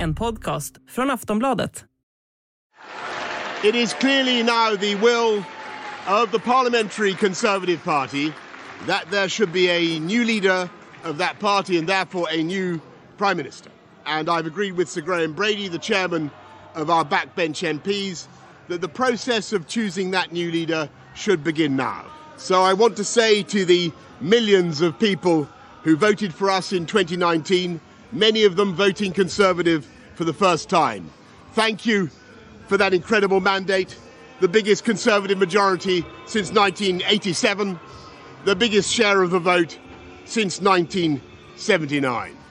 en podcast från Aftonbladet. It is clearly now the will of the Parliamentary Conservative Party that there should be a new leader of that party and therefore a new Prime Minister. And I've agreed with Sir Graham Brady, the chairman of our backbench MPs, that the process of choosing that new leader should begin now. So I want to say to the millions of people who voted for us in 2019, many of them voting Conservative for the first time, thank you for that incredible mandate, the biggest Conservative majority since 1987, the biggest share of the vote since 1979.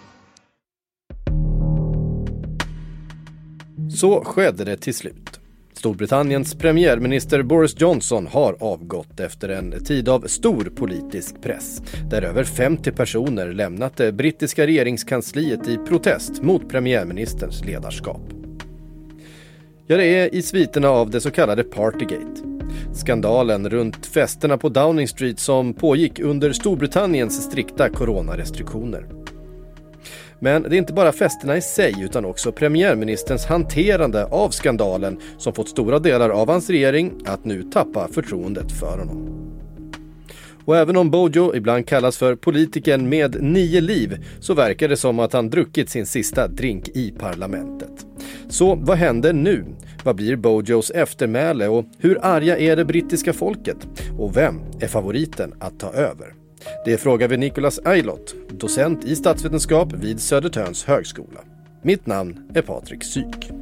Så skedde det till slut. Storbritanniens premiärminister Boris Johnson har avgått efter en tid av stor politisk press, där över 50 personer lämnat det brittiska regeringskansliet i protest mot premiärministerns ledarskap. Ja, det är i sviterna av det så kallade Partygate. Skandalen runt festerna på Downing Street som pågick under Storbritanniens strikta coronarestriktioner. Men det är inte bara festerna i sig utan också premiärministerns hanterande av skandalen som fått stora delar av hans regering att nu tappa förtroendet för honom. Och även om Bojo ibland kallas för politikern med 9 liv så verkar det som att han druckit sin sista drink i parlamentet. Så vad händer nu? Vad blir Bojos eftermäle och hur arga är det brittiska folket? Och vem är favoriten att ta över? Det frågar vi Nicholas Aylott, docent i statsvetenskap vid Södertörns högskola. Mitt namn är Patrik Syk.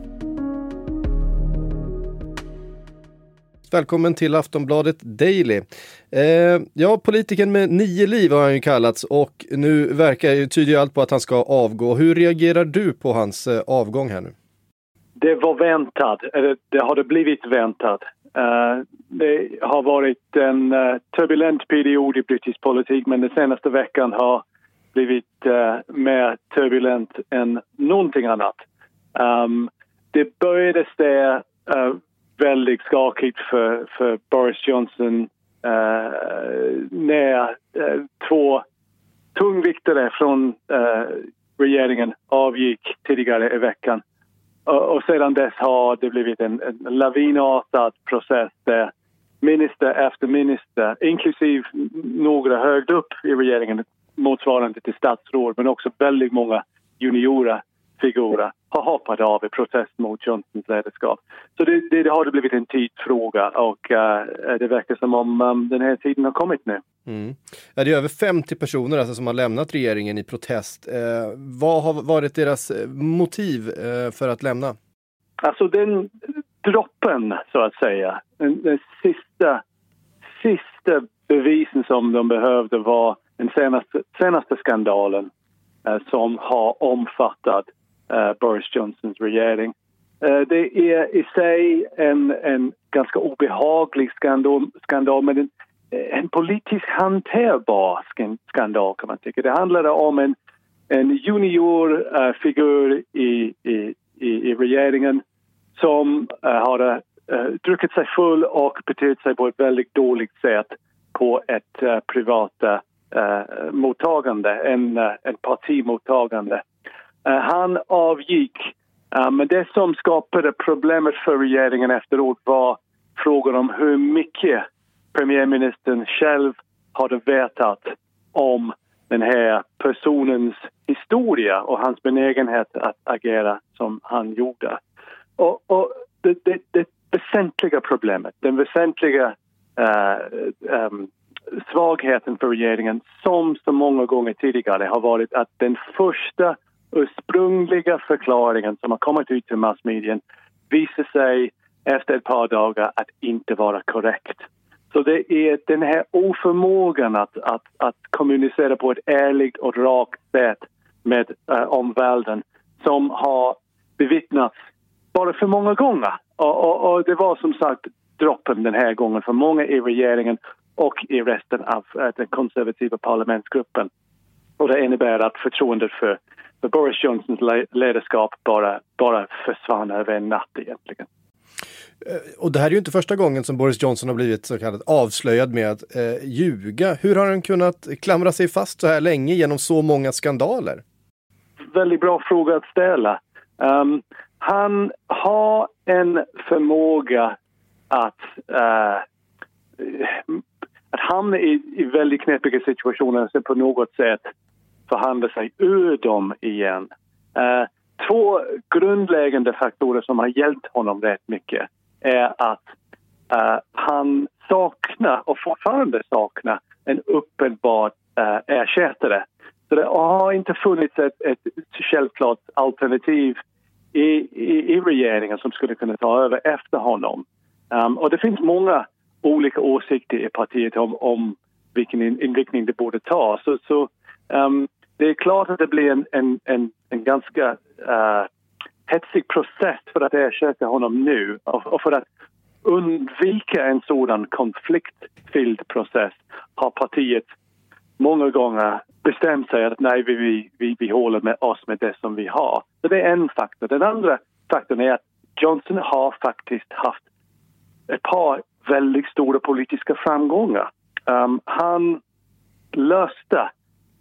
Välkommen till Aftonbladet Daily. Politikern med 9 liv har han ju kallats och nu tyder ju allt på att han ska avgå. Hur reagerar du på hans avgång här nu? Det var väntat, eller det har blivit väntat. Det har varit en turbulent period i brittisk politik, men den senaste veckan har blivit mer turbulent än någonting annat. Det började se väldigt skakigt för Boris Johnson när 2 tungviktare från regeringen avgick tidigare i veckan. Och sedan dess har det blivit en lavinartad process där minister efter minister, inklusive några högt upp i regeringen, motsvarande till statsråd, men också väldigt många juniora figurer, har hoppat av i protest mot Johnsons ledarskap. Så det har blivit en tidsfråga och det verkar som om den här tiden har kommit nu. Mm. Ja, det är över 50 personer alltså, som har lämnat regeringen i protest. Vad har varit deras motiv för att lämna? Alltså den droppen, så att säga, den sista bevisen som de behövde var den senaste skandalen som har omfattat Boris Johnsons regering. Det är i sig en ganska obehaglig skandal, men en politiskt hanterbar skandal kan man tycka. Det handlade om en junior figur i regeringen som hade druckit sig full och betett sig på ett väldigt dåligt sätt på ett privata mottagande, en partimottagande. Han avgick, men det som skapade problemet för regeringen efteråt var frågan om hur mycket premiärministern själv hade vetat om den här personens historia och hans benägenhet att agera som han gjorde. Och det väsentliga problemet, den väsentliga svagheten för regeringen, som så många gånger tidigare, har varit att den första ursprungliga förklaringen som har kommit ut till massmedien visar sig efter ett par dagar att inte vara korrekt. Så det är den här oförmågan att kommunicera på ett ärligt och rakt sätt med omvärlden som har bevittnats bara för många gånger. Och det var som sagt droppen den här gången för många i regeringen och i resten av den konservativa parlamentsgruppen. Och det innebär att förtroendet för Boris Johnsons ledarskap bara försvann över en natt egentligen. Och det här är ju inte första gången som Boris Johnson har blivit så kallat avslöjad med att ljuga. Hur har han kunnat klamra sig fast så här länge genom så många skandaler? Väldigt bra fråga att ställa. Han har en förmåga att hamna i väldigt knepiga situationer och sen på något sätt förhandla sig ur dem igen. Två grundläggande faktorer som har hjälpt honom rätt mycket är att han saknar och fortfarande saknar en uppenbar ersättare. Så det har inte funnits ett självklart alternativ i regeringen som skulle kunna ta över efter honom. Och det finns många olika åsikter i partiet om vilken inriktning det borde ta. Så det är klart att det blir en ganska hetsig process för att ersätta honom nu. Och för att undvika en sådan konfliktfylld process har partiet många gånger bestämt sig att nej, vi håller med oss med det som vi har. Så det är en faktor. Den andra faktorn är att Johnson har faktiskt haft ett par väldigt stora politiska framgångar. Han löste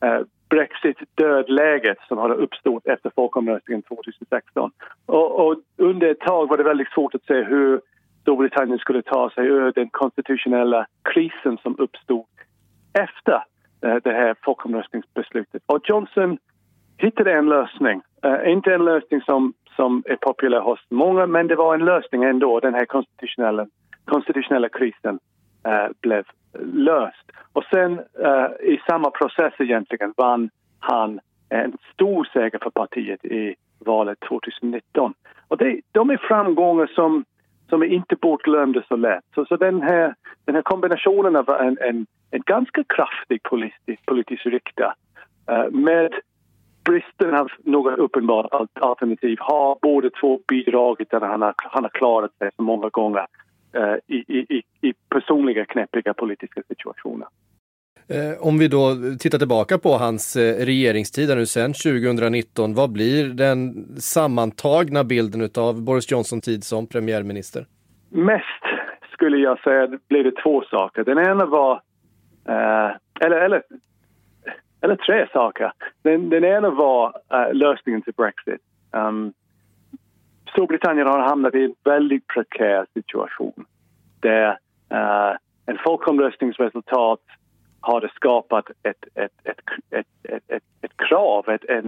Brexit-dödläget som hade uppstått efter folkomröstningen 2016. Och under ett tag var det väldigt svårt att se hur Storbritannien skulle ta sig ur den konstitutionella krisen som uppstod efter det här folkomröstningsbeslutet. Och Johnson hittade en lösning. Inte en lösning som är populär hos många, men det var en lösning ändå. Den här konstitutionella krisen blev löst. Och sen i samma process egentligen vann han en stor seger för partiet i valet 2019. Och de är framgångar som är inte bortglömda så lätt. Så den här kombinationen av en ganska kraftig politisk riktning med bristen av något uppenbart alternativ har båda två bidragit till att han har klarat sig så många gånger i personliga knepiga politiska situationer. Om vi då tittar tillbaka på hans regeringstid nu sen 2019, vad blir den sammantagna bilden av Boris Johnson tid som premiärminister? Mest skulle jag säga blev det två saker. Den ena var eller tre saker. Den ena var lösningen till Brexit. Storbritannien har hamnat i en väldigt prekär situation där en folkomröstningsresultat hade skapat ett krav,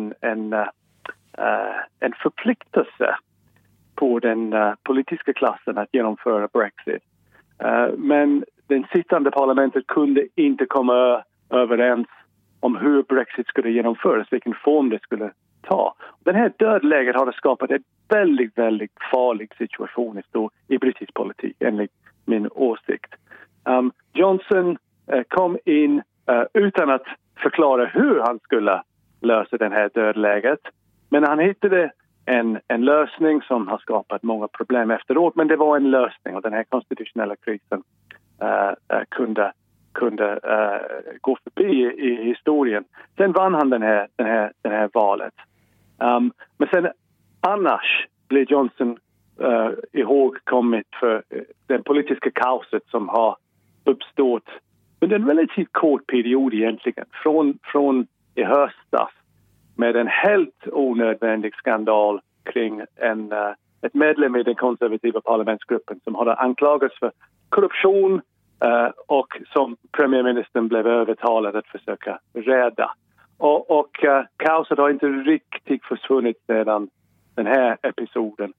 en förpliktelse på den politiska klassen att genomföra Brexit. Men den sittande parlamentet kunde inte komma överens om hur Brexit skulle genomföras, vilken form det skulle ta. Den här dödläget har skapat en väldigt, väldigt farlig situation i brittisk politik, enligt min åsikt. Johnson kom in utan att förklara hur han skulle lösa den här dödläget. Men han hittade en lösning som har skapat många problem efteråt. Men det var en lösning och den här konstitutionella krisen kunde gå förbi i historien. Sen vann han den här valet. Men sen annars blev Johnson ihågkommit för den politiska kaoset som har uppstått under en relativt kort period egentligen. Från i höstas med en helt onödvändig skandal kring ett medlem i den konservativa parlamentsgruppen som hade anklagats för korruption och som premiärministern blev övertalad att försöka rädda. Och kaoset har inte riktigt försvunnit sedan den här episoden.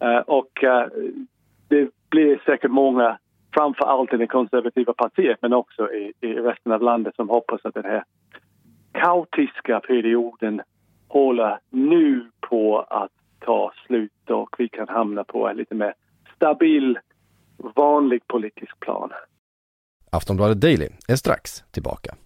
Det blir säkert många, framför allt i det konservativa partiet men också i resten av landet, som hoppas att den här kaotiska perioden håller nu på att ta slut och vi kan hamna på en lite mer stabil, vanlig politisk plan. Aftonbladet Daily är strax tillbaka.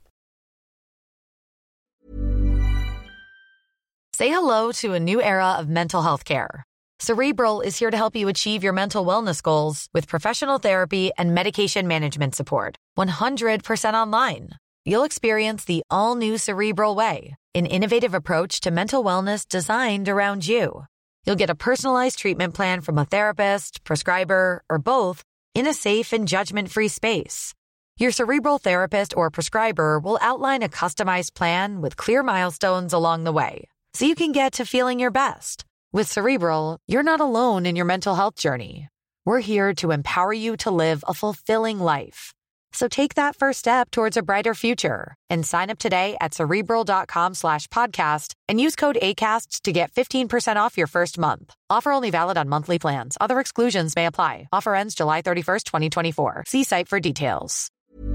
Say hello to a new era of mental health care. Cerebral is here to help you achieve your mental wellness goals with professional therapy and medication management support. 100% online. You'll experience the all-new Cerebral Way, an innovative approach to mental wellness designed around you. You'll get a personalized treatment plan from a therapist, prescriber, or both in a safe and judgment-free space. Your Cerebral therapist or prescriber will outline a customized plan with clear milestones along the way, so you can get to feeling your best. With Cerebral, you're not alone in your mental health journey. We're here to empower you to live a fulfilling life. So take that first step towards a brighter future and sign up today at Cerebral.com/podcast and use code ACAST to get 15% off your first month. Offer only valid on monthly plans. Other exclusions may apply. Offer ends July 31st, 2024. See site for details.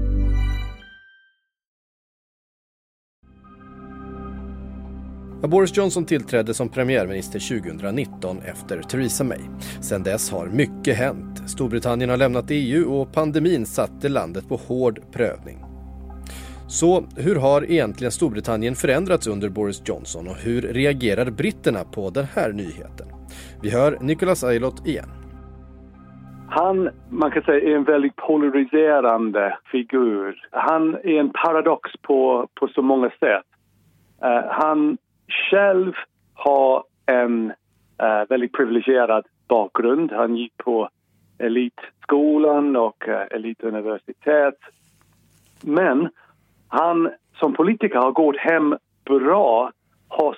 Boris Johnson tillträdde som premiärminister 2019 efter Theresa May. Sedan dess har mycket hänt. Storbritannien har lämnat EU och pandemin satte landet på hård prövning. Så hur har egentligen Storbritannien förändrats under Boris Johnson och hur reagerar britterna på den här nyheten? Vi hör Nicholas Aylott igen. Man kan säga, är en väldigt polariserande figur. Han är en paradox på så många sätt. Han själv har en väldigt privilegierad bakgrund. Han gick på elitskolan och elituniversitet. Men han som politiker har gått hem bra hos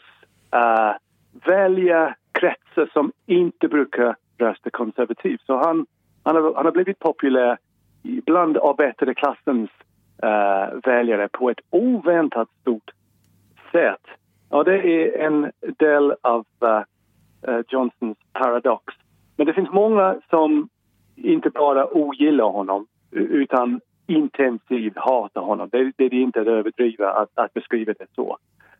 väljarkretsar som inte brukar rösta konservativt. Så han har blivit populär bland arbetarklassens väljare på ett oväntat stort sätt. Och det är en del av Johnsons paradox. Men det finns många som inte bara ogillar honom utan intensivt hatar honom. Det är inte att överdriva att beskriva det så.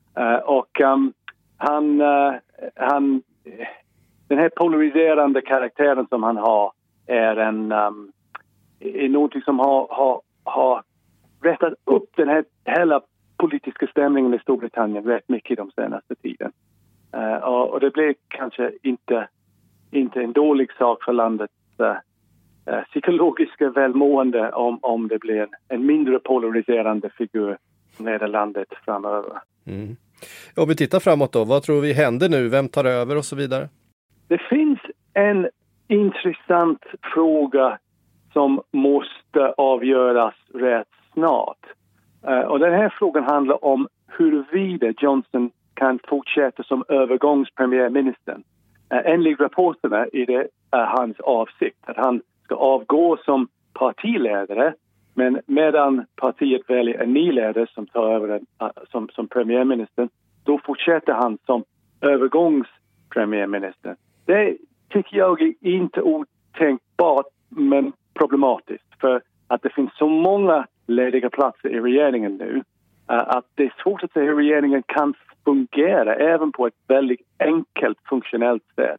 Den här polariserande karaktären som han har är något som har rättat upp den här hela politiska stämningen i Storbritannien rätt mycket de senaste tiden. Och det blir kanske inte en dålig sak för landets psykologiska välmående om det blir en mindre polariserande figur med landet framöver. Mm. Om vi tittar framåt då, vad tror vi händer nu? Vem tar över och så vidare? Det finns en intressant fråga som måste avgöras rätt snart. Och den här frågan handlar om huruvida Johnson kan fortsätta som övergångspremiärminister. Enligt rapporterna är det hans avsikt att han ska avgå som partiledare, men medan partiet väljer en ny ledare som tar över som premiärminister, då fortsätter han som övergångspremiärminister. Det tycker jag är inte otänkbart men problematiskt, för att det finns så många lediga platser i regeringen nu att det är svårt att se hur regeringen kan fungera även på ett väldigt enkelt funktionellt sätt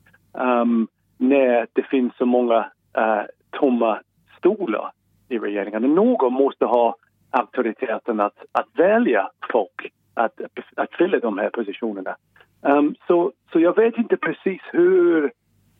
när det finns så många tomma stolar i regeringen. Någon måste ha auktoriteten att välja folk att fylla de här positionerna. Så jag vet inte precis hur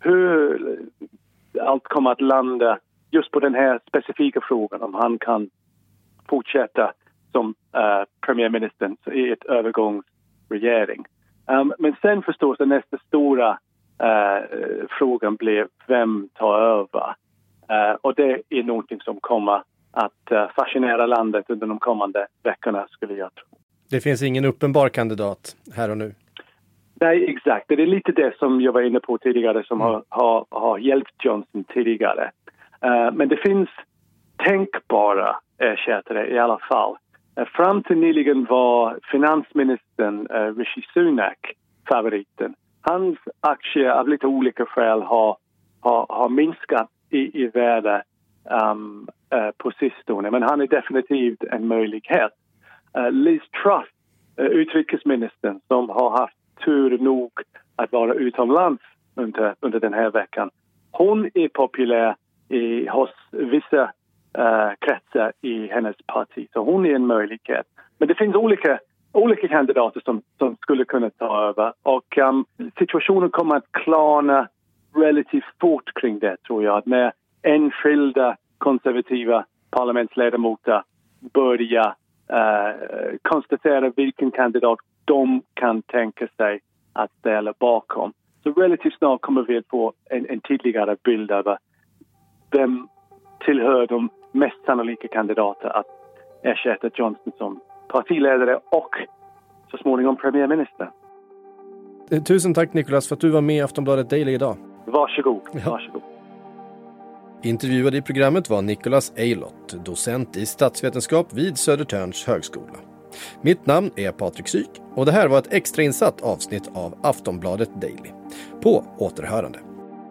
allt kommer att landa just på den här specifika frågan, om han kan fortsätta som premiärminister i ett övergångsregering. Men sen förstås den nästa stora frågan blir vem tar över. Och det är någonting som kommer att fascinera landet under de kommande veckorna, skulle jag tro. Det finns ingen uppenbar kandidat här och nu? Nej, exakt. Det är lite det som jag var inne på tidigare som har hjälpt Johnson tidigare. Men det finns tänkbara ersättare i alla fall. Fram till nyligen var finansministern Rishi Sunak favoriten. Hans aktier av lite olika skäl har minskat i värde på sistone. Men han är definitivt en möjlighet. Liz Truss, utrikesministern, som har haft tur nog att vara utomlands under den här veckan. Hon är populär hos vissa kretsar i hennes parti. Så hon är en möjlighet. Men det finns olika kandidater som skulle kunna ta över. Och situationen kommer att klarna relativt fort kring det, tror jag. När enskilda konservativa parlamentsledamöter börjar konstatera vilken kandidat de kan tänka sig att ställa bakom. Så relativt snart kommer vi att få en tydligare bild över vem tillhör de mest sannolika kandidater att ersätta Johnson som partiledare och så småningom premiärminister. Tusen tack Nicholas för att du var med i Aftonbladet Daily idag. Varsågod. Intervjuad i programmet var Nicholas Eilott, docent i statsvetenskap vid Södertörns högskola. Mitt namn är Patrik Syk och det här var ett extrainsatt avsnitt av Aftonbladet Daily. På återhörande.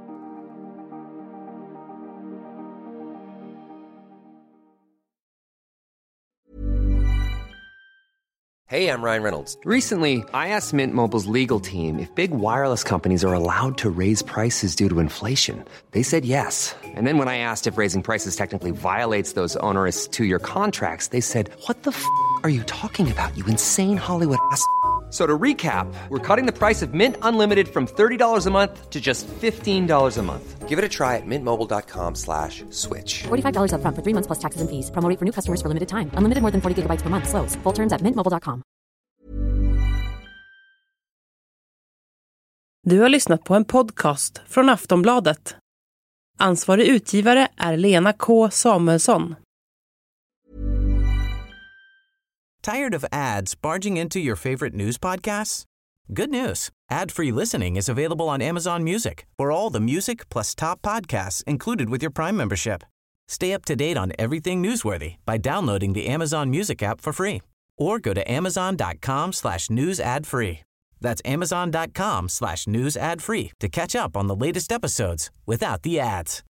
Hey, I'm Ryan Reynolds. Recently, I asked Mint Mobile's legal team if big wireless companies are allowed to raise prices due to inflation. They said yes. And then when I asked if raising prices technically violates those onerous two-year contracts, they said, "What the f*** are you talking about, you insane Hollywood ass?" So to recap, we're cutting the price of Mint Unlimited from $30 a month to just $15 a month. Give it a try at mintmobile.com/switch. $45 up front for 3 months plus taxes and fees. Promo rate for new customers for limited time. Unlimited more than 40 gigabytes per month. Slows full terms at mintmobile.com. Du har lyssnat på en podcast från Aftonbladet. Ansvarig utgivare är Lena K. Samuelsson. Tired of ads barging into your favorite news podcasts? Good news. Ad-free listening is available on Amazon Music for all the music plus top podcasts included with your Prime membership. Stay up to date on everything newsworthy by downloading the Amazon Music app for free or go to amazon.com/news ad free. That's amazon.com/news ad free to catch up on the latest episodes without the ads.